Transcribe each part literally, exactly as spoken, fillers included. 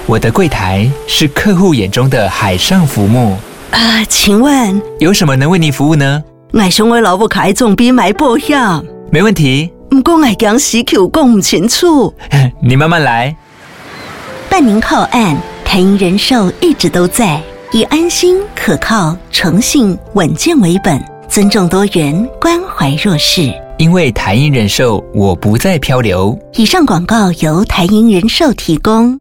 我的柜台是客户眼中的海上浮木啊、呃，请问有什么能为您服务呢？ 我想我老母开总比买保险， 没问题。 不过我讲时口讲不清楚， 你慢慢来。 办您靠岸，台银人寿一直都在，以安心、可靠、诚信、稳健为本，尊重多元，关怀弱势。 因为台银人寿，我不再漂流。 以上广告由台银人寿提供。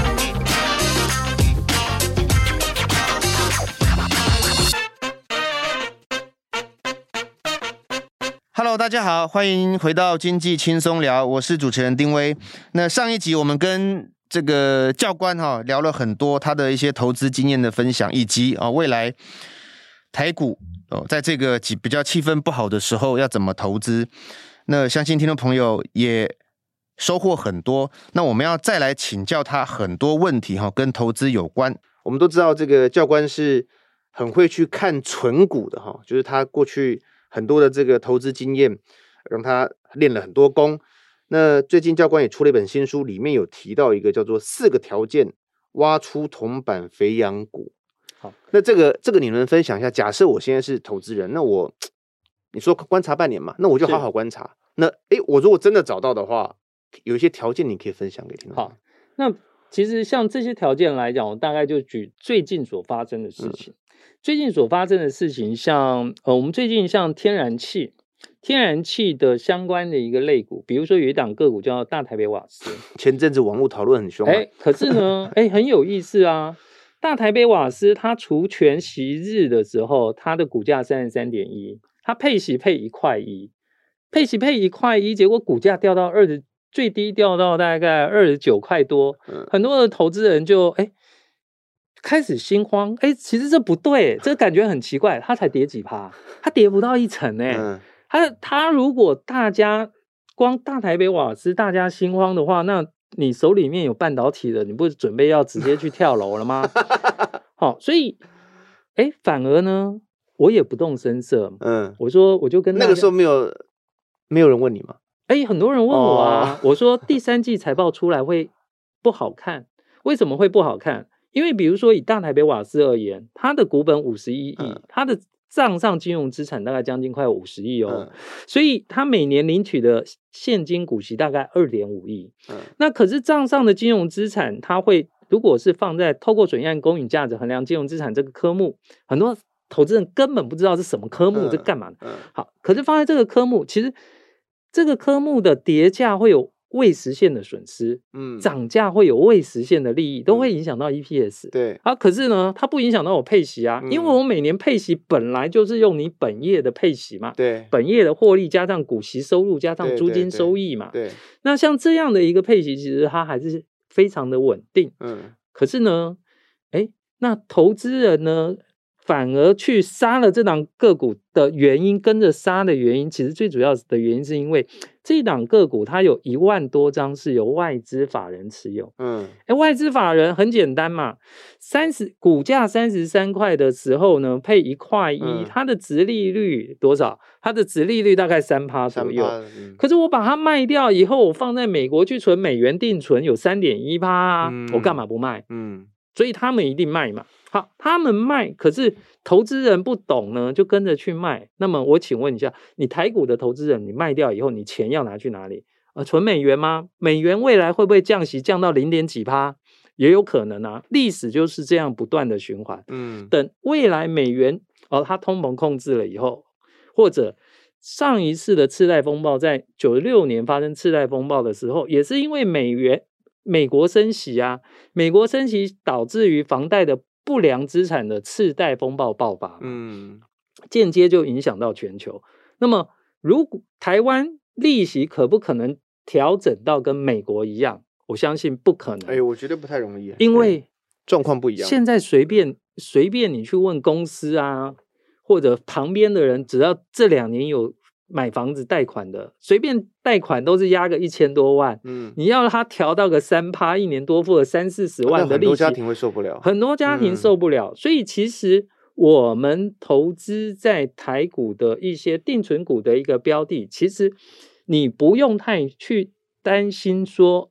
Hello， 大家好，欢迎回到经济轻松聊，我是主持人丁威。那上一集我们跟这个教官哈、哦、聊了很多他的一些投资经验的分享，以及啊、哦、未来台股哦在这个比较气氛不好的时候要怎么投资。那相信听众朋友也收获很多。那我们要再来请教他很多问题哈、哦，跟投资有关。我们都知道这个教官是很会去看存股的哈、哦，就是他过去很多的这个投资经验，让他练了很多功。那最近教官也出了一本新书，里面有提到一个叫做四个条件挖出铜板肥羊股。好，那这个这个你能分享一下？假设我现在是投资人，那我你说观察半年嘛，那我就好好观察。那诶，我如果真的找到的话，有一些条件你可以分享给听众。 好，那其实像这些条件来讲，我大概就举最近所发生的事情。嗯最近所发生的事情像，呃，我们最近像天然气、天然气的相关的一个类股，比如说有一档个股叫大台北瓦斯， 前阵子网络讨论很凶、啊， 哎，可是呢，哎，很有意思啊。大台北瓦斯它除权息日的时候，它的股价三十三点一，它配息配一块一，配息配一块一，结果股价掉到二十，最低掉到大概二十九块多，嗯、很多的投资人就哎。开始心慌，哎，其实这不对，这感觉很奇怪。它才跌几趴，它跌不到一成哎、嗯。它它如果大家光大台北瓦斯大家心慌的话，那你手里面有半导体的，你不是准备要直接去跳楼了吗？好，所以哎，反而呢，我也不动声色。嗯，我说我就跟那个时候没有没有人问你吗？ 哎，很多人问我啊，哦、我说第三季财报出来会不好看，为什么会不好看？因为比如说以大台北瓦斯而言，它的股本五十一亿、嗯，它的账上金融资产大概将近快五十亿哦、嗯，所以它每年领取的现金股息大概二点五亿。嗯，那可是账上的金融资产，它会如果是放在透过损益和公允价值衡量金融资产这个科目，很多投资人根本不知道是什么科目，这、嗯、干嘛的、嗯？好，可是放在这个科目，其实这个科目的跌价会有未实现的损失，嗯，涨价会有未实现的利益，都会影响到 E P S、嗯。对啊，可是呢，它不影响到我配息啊、嗯，因为我每年配息本来就是用你本业的配息嘛，对，本业的获利加上股息收入加上租金收益嘛，对，对对对，那像这样的一个配息，其实它还是非常的稳定，嗯，可是呢，哎，那投资人呢？反而去杀了这档个股的原因，跟着杀的原因，其实最主要的原因是因为这一档个股它有一万多张是由外资法人持有。嗯，哎，外资法人很简单嘛，三十股价三十三块的时候呢，配一块一、嗯，它的殖利率多少？它的殖利率大概三趴左右。嗯、可是我把它卖掉以后，我放在美国去存美元定存有三点一趴啊、嗯，我干嘛不卖？嗯，所以他们一定卖嘛。好，他们卖，可是投资人不懂呢，就跟着去卖。那么我请问一下，你台股的投资人，你卖掉以后，你钱要拿去哪里？呃，存美元吗？美元未来会不会降息，降到零点几趴？也有可能啊。历史就是这样不断的循环。嗯，等未来美元哦，它通膨控制了以后，或者上一次的次贷风暴，在九十六年发生次贷风暴的时候，也是因为美元美国升息啊，美国升息导致于房贷的不良资产的次贷风暴爆发，嗯，间接就影响到全球。那么，如果台湾利息可不可能调整到跟美国一样？我相信不可能。 哎，我觉得不太容易， 因为状况不一样。 现在随便随便你去问公司啊，或者旁边的人，只要这两年有买房子贷款的，随便贷款都是压个一千多万，嗯，你要他调到个三趴，一年多付了三四十万的利息， 很多家庭会受不了， 很多家庭受不了。嗯、所以其实我们投资在台股的一些定存股的一个标的，其实你不用太去担心说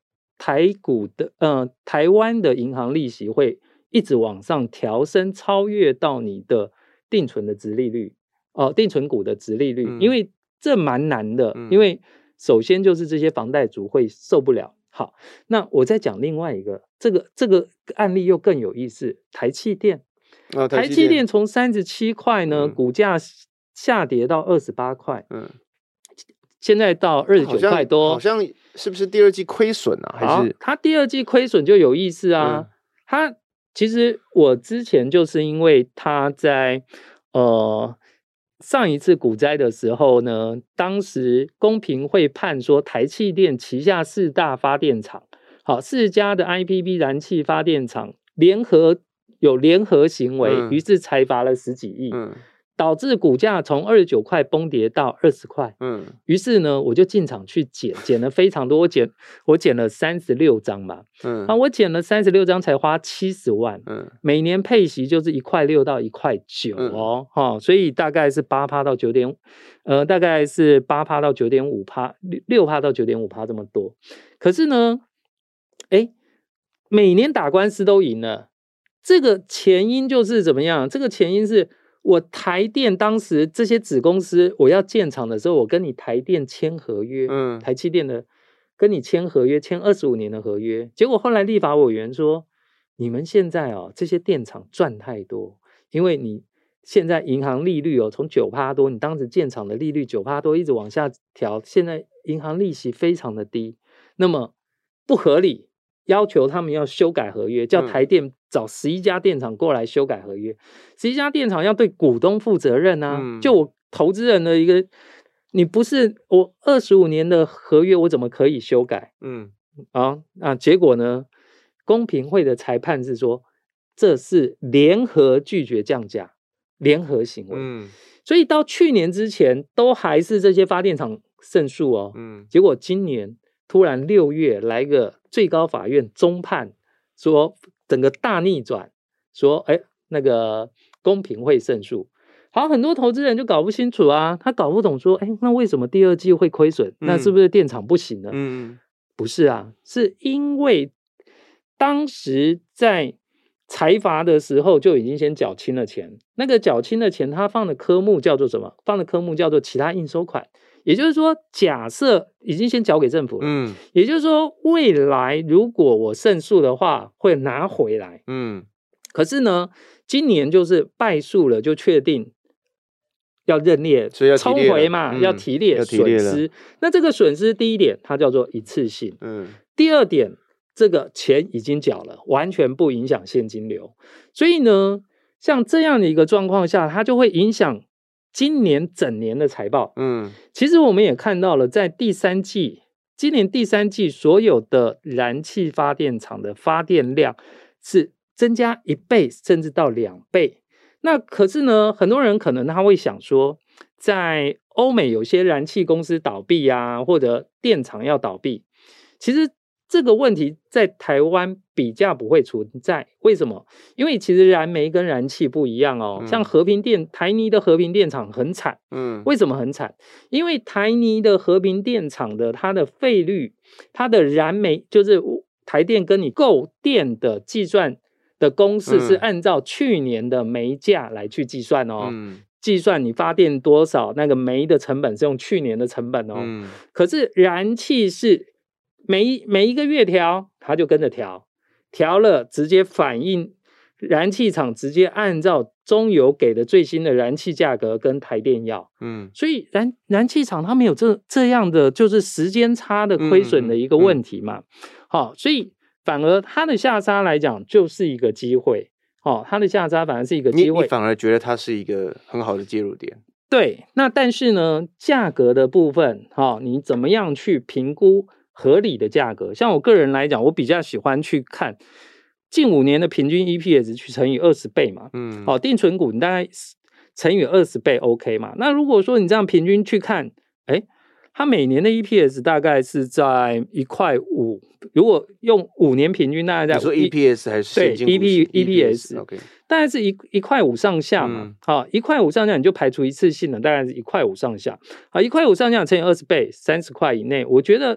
台股的呃台湾的银行利息会一直往上调升，超越到你的定存的殖利率哦、呃，定存股的殖利率，嗯、因为这蛮难的，嗯、因为首先就是这些房贷族会受不了。好，那我再讲另外一个，这个这个案例又更有意思，台企电，哦、台企电从三十七块呢，嗯、股价下跌到二十八块，嗯。现在到二十九块多， 好像是不是第二季亏损啊？还是它第二季亏损就有意思啊？它、嗯、其实我之前就是因为它在呃上一次股灾的时候呢，当时公平会判说台企电旗下四大发电厂，好四家的 I P P 燃气发电厂联合有联合行为，嗯、于是裁罚了十几亿。嗯导致股价从二十九块崩跌到二十块，嗯，于是呢，我就进场去减，减了非常多，我减我减了三十六张嘛，嗯，啊，我减了三十六张才花七十万，嗯，每年配息就是一块六到一块九哦，哈、嗯哦，所以大概是八趴到九点，呃，大概是八趴到九点五趴，六趴到九点五趴这么多，可是呢，哎，每年打官司都赢了，这个前因就是怎么样？这个前因是。我台电当时这些子公司我要建厂的时候，我跟你台电签合约，嗯，台积电的跟你签合约，签二十五年的合约。结果后来立法委员说，你们现在哦这些电厂赚太多，因为你现在银行利率哦从九趴多，你当时建厂的利率九趴多一直往下调，现在银行利息非常的低，那么不合理。要求他们要修改合约，叫台电找十一家电厂过来修改合约。十一家电厂要对股东负责任啊！嗯、就我投资人的一个，你不是我二十五年的合约，我怎么可以修改？嗯，啊啊！结果呢，公平会的裁判是说，这是联合拒绝降价，联合行为。嗯，所以到去年之前都还是这些发电厂胜诉哦。嗯，结果今年。突然六月来个最高法院中判，说整个大逆转，说哎那个公平会胜诉。好，很多投资人就搞不清楚啊，他搞不懂说，哎，那为什么第二季会亏损？那是不是电厂不行了？嗯，不是啊，是因为当时在裁罚的时候就已经先缴清了钱，那个缴清的钱，他放的科目叫做什么？放的科目叫做其他应收款。也就是说，假设已经先缴给政府了，嗯，也就是说，未来如果我胜诉的话，会拿回来，嗯，可是呢，今年就是败诉了，就确定要认列， 所以要抽回嘛，嗯、要提列损失。那这个损失，第一点它叫做一次性，嗯，第二点，这个钱已经缴了，完全不影响现金流，所以呢，像这样的一个状况下，它就会影响。今年整年的财报，嗯，其实我们也看到了，在第三季，今年第三季所有的燃气发电厂的发电量是增加一倍，甚至到两倍。那可是呢，很多人可能他会想说，在欧美有些燃气公司倒闭啊，或者电厂要倒闭，其实这个问题在台湾比较不会存在，为什么？因为其实燃煤跟燃气不一样哦。嗯、像和平电台泥的和平电厂很惨，嗯，为什么很惨？因为台泥的和平电厂的它的费率，它的燃煤就是台电跟你购电的计算的公式是按照去年的煤价来去计算哦。嗯计算你发电多少，那个煤的成本是用去年的成本哦。嗯、可是燃气是每每一个月调，它就跟着调，调了直接反映燃气厂直接按照中油给的最新的燃气价格跟台电要。嗯，所以燃燃气厂它没有这这样的就是时间差的亏损的一个问题嘛。好、嗯嗯哦，所以反而它的下杀来讲就是一个机会。哦，它的下杀反而是一个机会， 你, 你反而觉得它是一个很好的介入点。 对，那但是呢，价格的部分，哦，你怎么样去评估合理的价格？像我个人来讲，我比较喜欢去看近五年的平均 E P S 去乘以二十倍嘛。嗯，好、哦，定存股你大概乘以二十倍 OK 嘛？那如果说你这样平均去看，哎，它每年的 E P S 大概是在一块五。如果用五年平均，大概在你说 E P S 还是对 E P E P S OK， 大概是一一块五上下嘛。好、嗯，一块五上下你就排除一次性的，大概是一块五上下。好，一块五上下乘以二十倍，三十块以内，我觉得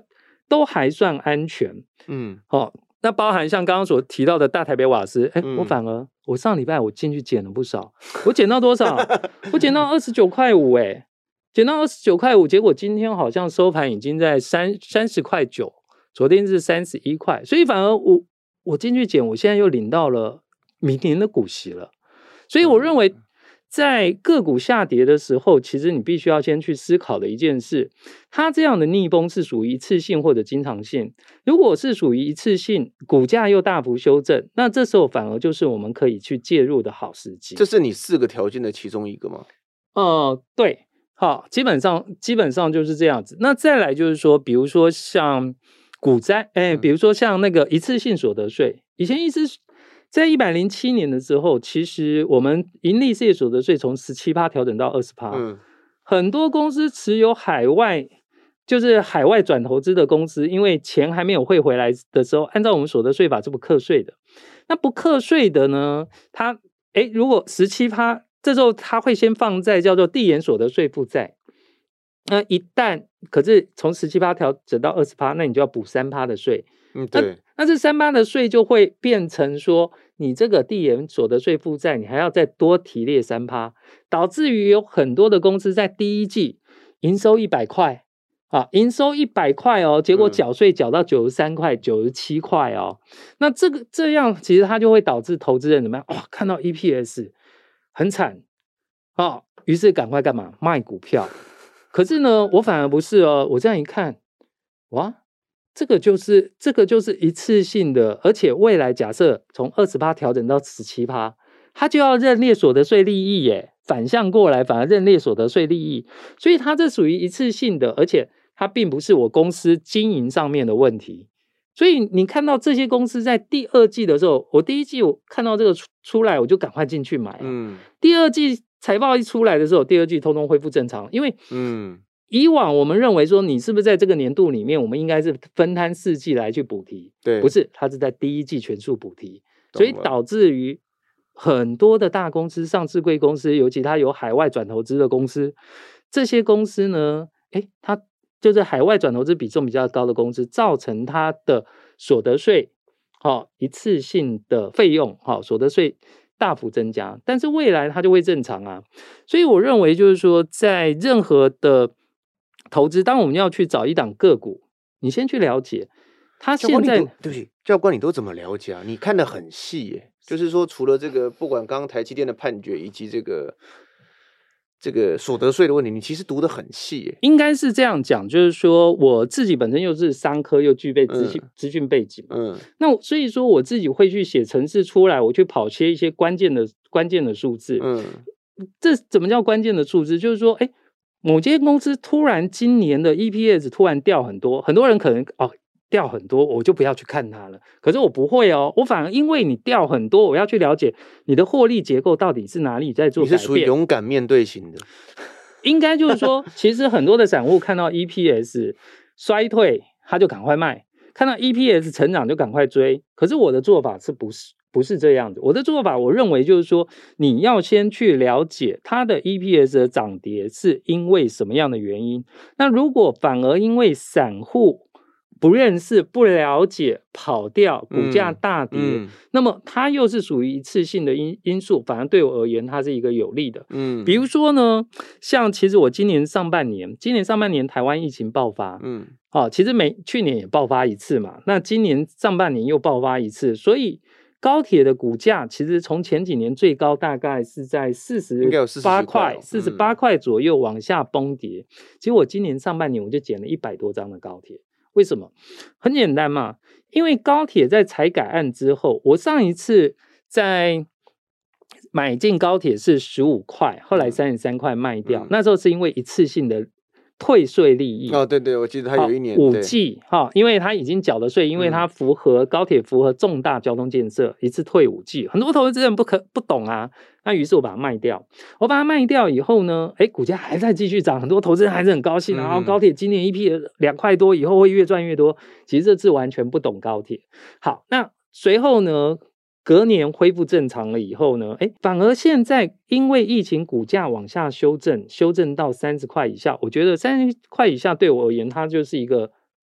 都还算安全。 嗯， 哦，那包含像刚刚所提到的大台北瓦斯，哎、 嗯我反而我上礼拜我进去减了不少，我减到多少？我减到二十九块五，哎，减到二十九块五，结果今天好像收盘已经在三三十块九，昨天是三十一块，所以反而我我进去减，我现在又领到了明年的股息了，所以我认为。在个股下跌的时候，其实你必须要先去思考的一件事，它这样的逆风是属于一次性或者经常性。如果是属于一次性，股价又大幅修正，那这时候反而就是我们可以去介入的好时机。 这是你四个条件的其中一个吗？ 呃，对，好，基本上基本上就是这样子。那再来就是说，比如说像股灾，哎，比如说像那个一次性所得税，以前一次。在一百零七年的时候，其实我们盈利事业所得税从 百分之十七 调整到 百分之二十、嗯、很多公司持有海外就是海外转投资的公司，因为钱还没有汇回来的时候，按照我们所得税法是不课税的。那不课税的呢，它诶如果 百分之十七 这时候它会先放在叫做递延所得税负债，那一旦可是从 百分之十七 调整到 百分之二十， 那你就要补 百分之三 的税。 嗯，对。 那这 百分之三 的税就会变成说，你这个递延所得税负债，你还要再多提列 百分之三， 导致于有很多的公司在第一季营收一百块啊，营收一百块哦，结果缴税缴到九十三块、九十七块哦。那这个这样其实它就会导致投资人怎么样？哇、哦，看到 E P S 很惨哦，于是赶快干嘛？卖股票。可是呢，我反而不是哦，我这样一看，哇！这个就是这个就是一次性的，而且未来假设从 百分之二十 调整到 百分之十七， 它就要认列所得税利益耶，反向过来反而认列所得税利益，所以它这属于一次性的，而且它并不是我公司经营上面的问题。所以你看到这些公司在第二季的时候，我第一季我看到这个出来，我就赶快进去买、啊。嗯，第二季财报一出来的时候，第二季通通恢复正常，因为嗯。以往我们认为说，你是不是在这个年度里面，我们应该是分摊四季来去补提？对，不是，它是在第一季全数补提，所以导致于很多的大公司、上市柜公司，尤其它有海外转投资的公司，这些公司呢，诶，它就是海外转投资比重比较高的公司，造成它的所得税，哦，一次性的费用，哦，所得税大幅增加，但是未来它就会正常啊。所以我认为就是说，在任何的投资，当我们要去找一档个股，你先去了解它现在。 对不起，教官，你都怎么了解啊？你看得很细耶。就是说，除了这个，不管刚刚台积电的判决，以及这个这个所得税的问题，你其实读得很细耶。 应该是这样讲，就是说我自己本身又是商科，又具备资讯资讯背景嘛。嗯，那所以说我自己会去写程式出来，我去跑切一些关键的关键的数字。嗯，这怎么叫关键的数字？就是说，哎。某间公司突然今年的 E P S 突然掉很多，很多人可能哦掉很多，我就不要去看它了。可是我不会哦，我反而因为你掉很多，我要去了解你的获利结构到底是哪里在做改变。 你是属于勇敢面对型的， 应该就是说，其实很多的散户看到 E P S 衰退，他就赶快卖；看到 E P S 成长就赶快追。可是我的做法是不是？不是这样的，我的做法，我认为就是说，你要先去了解它的 E P S 的涨跌是因为什么样的原因。那如果反而因为散户不认识、不了解，跑掉，股价大跌，嗯嗯、那么它又是属于一次性的因因素，反而对我而言，它是一个有利的。嗯，比如说呢，像其实我今年上半年，今年上半年台湾疫情爆发，嗯，哦，其实每去年也爆发一次嘛，那今年上半年又爆发一次，所以。高铁的股价其实从前几年最高大概是在四十八块、四十八块左右往下崩跌。其实我今年上半年我就减了一百多张的高铁，为什么？很简单嘛，因为高铁在财改案之后，我上一次在买进高铁是十五块，后来三十三块卖掉，嗯、那时候是因为一次性的。退税利益哦，对对，我记得他有一年五季哈，因为他已经缴了税，因为他符合、嗯、高铁符合重大交通建设，一次退五季，很多投资人不可不懂啊，那于是我把它卖掉，我把它卖掉以后呢，哎，股价还在继续涨，很多投资人还是很高兴，然后高铁今年一批两块多，以后会越赚越多，其实这次完全不懂高铁。好，那随后呢？隔年恢复正常了以后呢，哎，反而现在因为疫情股价往下修正，修正到三十块以下，我觉得三十块以下对我而言，它就是一个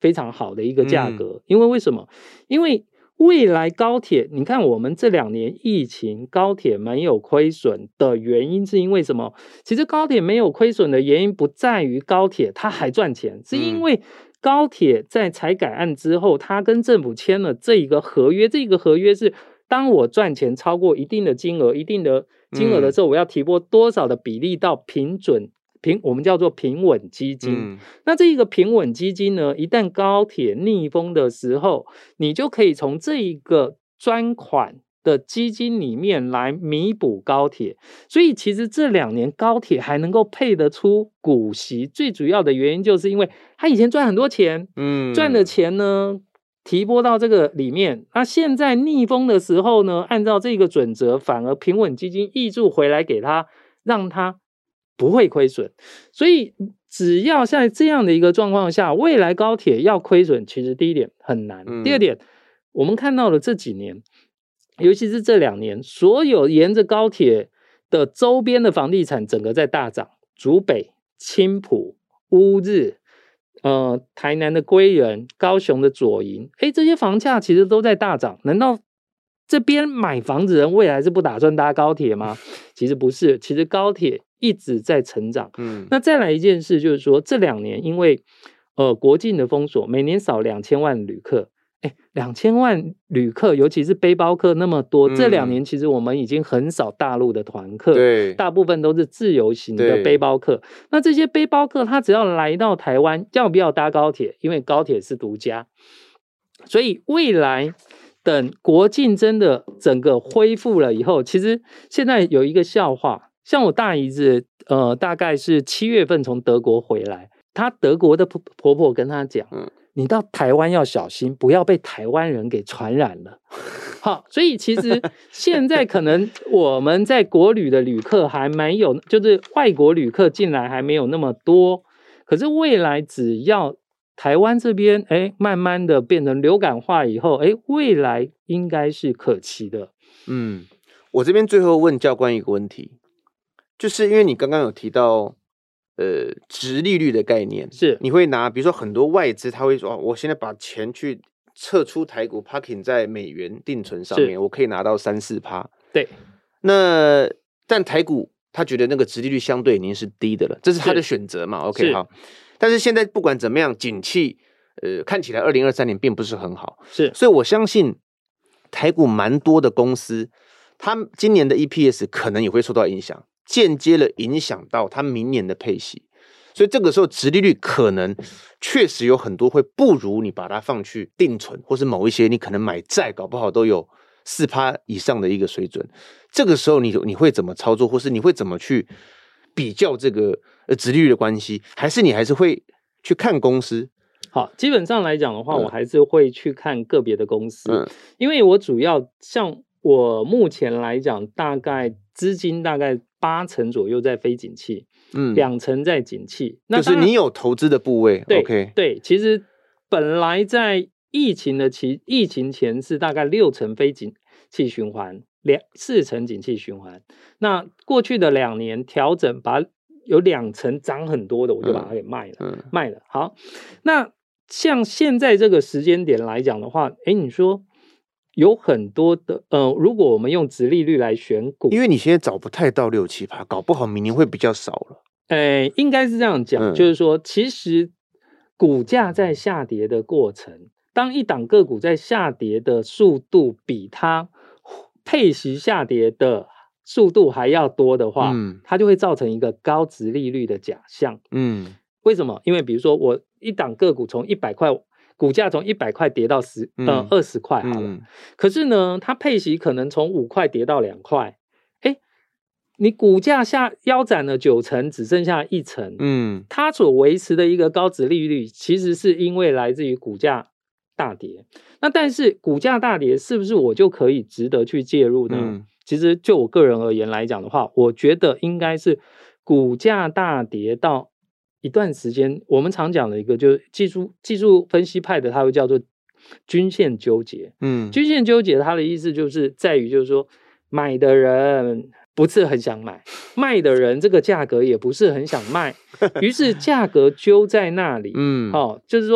非常好的一个价格，嗯、因为为什么？因为未来高铁，你看我们这两年疫情，高铁没有亏损的原因是因为什么？其实高铁没有亏损的原因不在于高铁它还赚钱，是因为高铁在财改案之后，它跟政府签了这一个合约，这个合约是当我赚钱超过一定的金额、一定的金额的时候，嗯、我要提拨多少的比例到平准。平我们叫做平稳基金，嗯、那这一个平稳基金呢，一旦高铁逆风的时候，你就可以从这一个专款的基金里面来弥补高铁。所以其实这两年高铁还能够配得出股息，最主要的原因就是因为它以前赚很多钱，嗯，赚的钱呢提拨到这个里面，那现在逆风的时候呢，按照这个准则，反而平稳基金挹注回来给他，让他不会亏损。所以只要在这样的一个状况下，未来高铁要亏损，其实第一点很难，嗯、第二点我们看到了这几年，尤其是这两年，所有沿着高铁的周边的房地产整个在大涨，竹北、青埔、乌日，呃，台南的归仁、高雄的左营，哎，这些房价其实都在大涨。难道这边买房子人未来是不打算搭高铁吗？其实不是，其实高铁一直在成长。嗯，那再来一件事就是说，这两年因为呃国境的封锁，每年少两千万旅客。哎，两千万旅客，尤其是背包客那么多，嗯、这两年其实我们已经很少大陆的团客，对，大部分都是自由行的背包客。那这些背包客他只要来到台湾，要不要搭高铁？因为高铁是独家，所以未来等国境真的整个恢复了以后，其实现在有一个笑话，像我大姨子，呃，大概是七月份从德国回来，她德国的婆婆跟她讲。嗯，你到台湾要小心，不要被台湾人给传染了。好，所以其实现在可能我们在国旅的旅客还没有，就是外国旅客进来还没有那么多。可是未来只要台湾这边哎慢慢的变成流感化以后，哎，未来应该是可期的。 嗯，我这边最后问教官一个问题，就是因为你刚刚有提到。呃，殖利率的概念是， 你会拿，比如说很多外资，他会说，哦，我现在把钱去撤出台股 ，parking 在美元定存上面，我可以拿到三四趴。 对， 那但台股他觉得那个殖利率相对已经是低的了，这是他的选择嘛 ？OK， 好。但是现在不管怎么样，景气呃看起来二零二三年并不是很好， 是， 所以我相信台股蛮多的公司，他今年的 E P S 可能也会受到影响。间接了影响到他明年的配息，所以这个时候殖利率可能确实有很多会不如你把它放去定存，或是某一些你可能买债，搞不好都有 百分之四 以上的一个水准。这个时候你你会怎么操作，或是你会怎么去比较这个呃殖利率的关系？还是你还是会去看公司？ 好，基本上来讲的话，嗯、我还是会去看个别的公司，嗯、因为我主要像我目前来讲，大概资金大概八成左右在非景气，嗯，两成在景气。那就是你有投资的部位， 对 ，OK， 对。其实本来在疫情的期疫情前是大概六成非景气循环，两四成景气循环。那过去的两年调整，把有两成涨很多的，我就把它给卖了，嗯、卖了。好，那像现在这个时间点来讲的话，哎，你说。有很多的呃，如果我们用殖利率来选股， 因为你现在找不太到六七趴，搞不好明年会比较少了。 呃，应该是这样讲，嗯、就是说，其实股价在下跌的过程，当一档个股在下跌的速度比它配息下跌的速度还要多的话，嗯、它就会造成一个高殖利率的假象。嗯，为什么？因为比如说我一档个股从一百块。股价从一百块跌到十呃二十块好了，嗯、可是呢，它配息可能从五块跌到两块，哎，你股价下腰斩了九成，只剩下一成，嗯，它所维持的一个高殖利率，其实是因为来自于股价大跌。那但是股价大跌，是不是我就可以值得去介入呢？嗯、其实就我个人而言来讲的话，我觉得应该是股价大跌到。一段时间，我们常讲的一个就是技术技术分析派的，它会叫做均线纠结。嗯，均线纠结它的意思就是在于，就是说买的人不是很想买，卖的人这个价格也不是很想卖，于是价格揪在那里。嗯，哦，就是说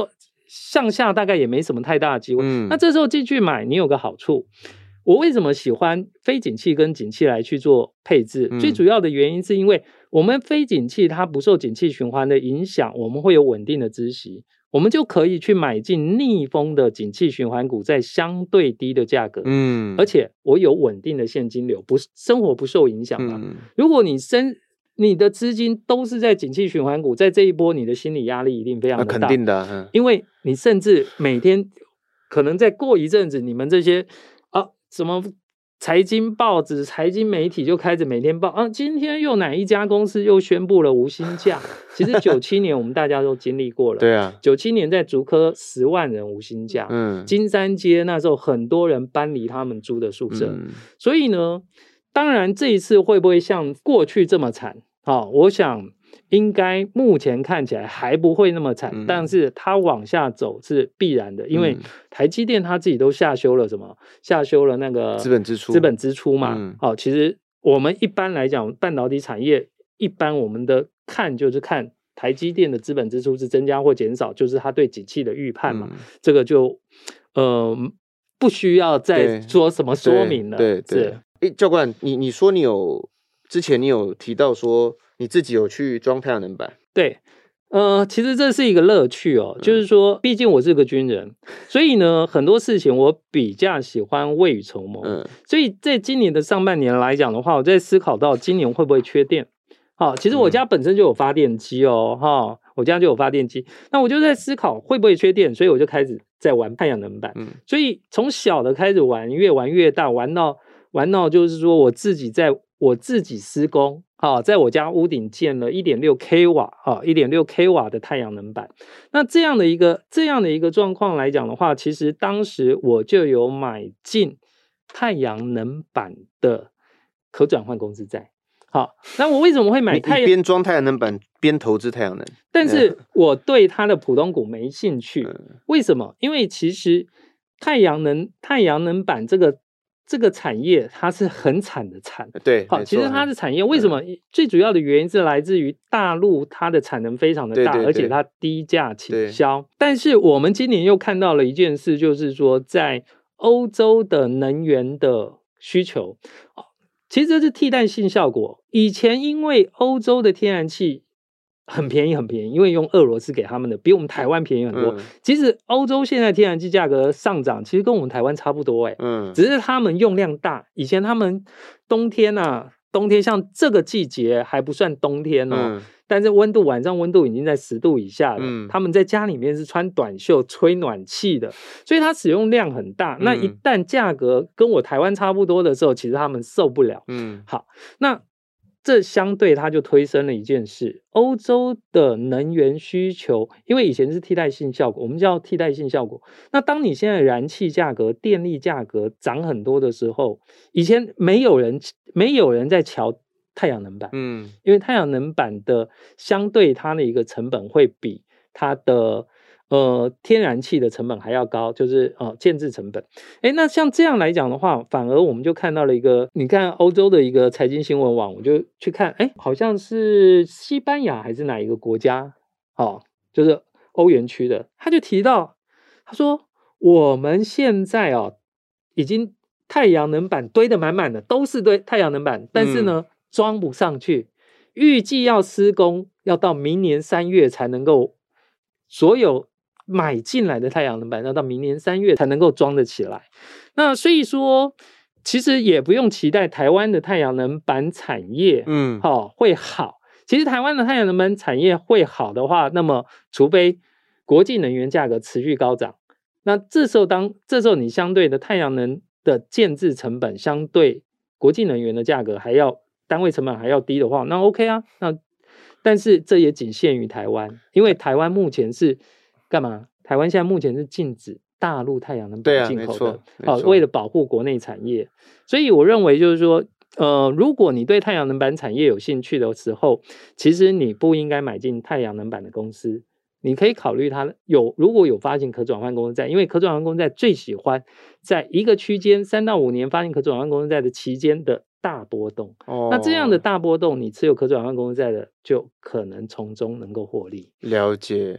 向下大概也没什么太大的机会。 嗯那这时候进去买，你有个好处。我为什么喜欢非景气跟景气来去做配置？ 嗯最主要的原因是因为我们非景气它不受景气循环的影响，我们会有稳定的孳息，我们就可以去买进逆风的景气循环股，在相对低的价格， 嗯而且我有稳定的现金流，不生活不受影响嘛。 嗯如果你生你的资金都是在景气循环股，在这一波你的心理压力一定非常那的大， 肯定的，嗯因为你甚至每天可能再过一阵子，你们这些啊什么财经报纸、财经媒体就开始每天报啊，今天又哪一家公司又宣布了无薪假？其实九七年我们大家都经历过了， 对啊， 九七年在竹科十万人无薪假， 嗯金山街那时候很多人搬离他们租的宿舍， 嗯所以呢，当然这一次会不会像过去这么惨？好、哦，我想应该目前看起来还不会那么惨， 嗯但是它往下走是必然的，因为嗯台积电它自己都下修了什么？下修了那个资本支出资本支出嘛。 嗯好、其实我们一般来讲，半导体产业一般我们的看就是看台积电的资本支出是增加或减少，就是它对景气的预判嘛。 嗯这个就呃不需要再对说什么说明了。 对对是。 哎，教官，你你说你有之前你有提到说你自己有去装太阳能板， 对，呃，其实这是一个乐趣哦，就是说，毕竟我是个军人，所以呢，很多事情我比较喜欢未雨绸缪。 嗯所以在今年的上半年来讲的话，我在思考到今年会不会缺电。好、其实我家本身就有发电机哦，哈、我家就有发电机，那我就在思考会不会缺电，所以我就开始在玩太阳能板。 嗯所以从小的开始玩，越玩越大，玩到玩到就是说我自己在我自己施工，啊，在我家屋顶建了 一点六 k 瓦啊 ，一点六 k 瓦的太阳能板。那这样的一个这样的一个状况来讲的话，其实当时我就有买进太阳能板的可转换公司债。好，那我为什么会买你太阳？ 你边装太阳能板边投资太阳能， 但是我对它的普通股没兴趣， 嗯为什么？因为其实太阳能太阳能板这个这个产业它是很惨的惨。 对， 好， 没错其实它的产业为什么、最主要的原因是来自于大陆它的产能非常的大， 对对对而且它低价倾对销。但是我们今年又看到了一件事，就是说在欧洲的能源的需求，哦其实这是替代性效果。以前因为欧洲的天然气很便宜很便宜，因为用俄罗斯给他们的，比我们台湾便宜很多。 嗯其实欧洲现在天然气价格上涨，其实跟我们台湾差不多、欸， 嗯只是他们用量大。以前他们冬天啊，冬天像这个季节还不算冬天哦， 嗯但是温度晚上温度已经在十度以下了。 嗯他们在家里面是穿短袖吹暖气的，所以它使用量很大。那一嗯旦价格跟我台湾差不多的时候，其实他们受不了。 嗯好，那这相对它就推升了一件事：欧洲的能源需求，因为以前是替代性效果，我们叫替代性效果。那当你现在燃气价格、电力价格涨很多的时候，以前没有人没有人在瞧太阳能板， 嗯因为太阳能板的相对它的一个成本会比它的呃天然气的成本还要高，就是呃建制成本。诶，那像这样来讲的话，反而我们就看到了一个，你看欧洲的一个财经新闻网，我就去看，诶，好像是西班牙还是哪一个国家，哦，就是欧元区的，他就提到，他说我们现在哦已经太阳能板堆得满满的，都是堆太阳能板，但是呢。装不上去，预计要施工，要到明年三月才能够所有买进来的太阳能板，要到明年三月才能够装得起来。那所以说，其实也不用期待台湾的太阳能板产业， 嗯好、哦、会好。其实台湾的太阳能板产业会好的话，那么除非国际能源价格持续高涨，那这时候当这时候你相对的太阳能的建制成本相对国际能源的价格还要。单位成本还要低的话，那 OK 啊，那但是这也仅限于台湾，因为台湾目前是干嘛？台湾现在目前是禁止大陆太阳能板进口的，好、哦，为了保护国内产业，所以我认为就是说，呃，如果你对太阳能板产业有兴趣的时候，其实你不应该买进太阳能板的公司。你可以考虑它有如果有发行可转换公司债，因为可转换公司债最喜欢在一个区间三到五年发行可转换公司债的期间的大波动。 哦， 那这样的大波动，你持有可转换公司债的就可能从中能够获利。 了解。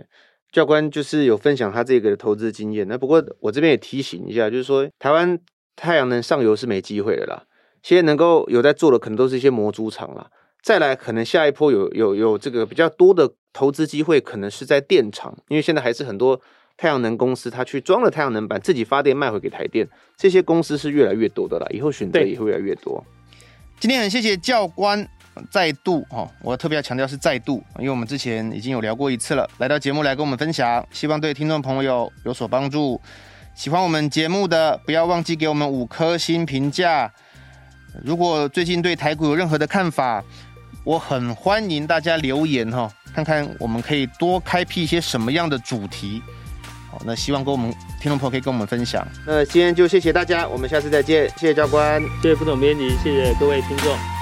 教官就是有分享他这个投资经验。那不过我这边也提醒一下，就是说台湾太阳能上游是没机会的啦，现在能够有在做的可能都是一些模组厂啦。再来，可能下一波有有有这个比较多的投资机会，可能是在电厂，因为现在还是很多太阳能公司，它去装了太阳能板，自己发电卖回给台电，这些公司是越来越多的啦，以后选择也会越来越多。 今天很谢谢教官再度哦，我特别要强调是再度，因为我们之前已经有聊过一次了，来到节目来跟我们分享，希望对听众朋友有所帮助。喜欢我们节目的，不要忘记给我们五颗星评价。如果最近对台股有任何的看法，我很欢迎大家留言哈，看看我们可以多开辟一些什么样的主题。好，那希望跟我们听众朋友可以跟我们分享。 那今天就谢谢大家，我们下次再见，谢谢教官， 谢谢副总编辑，谢谢各位听众。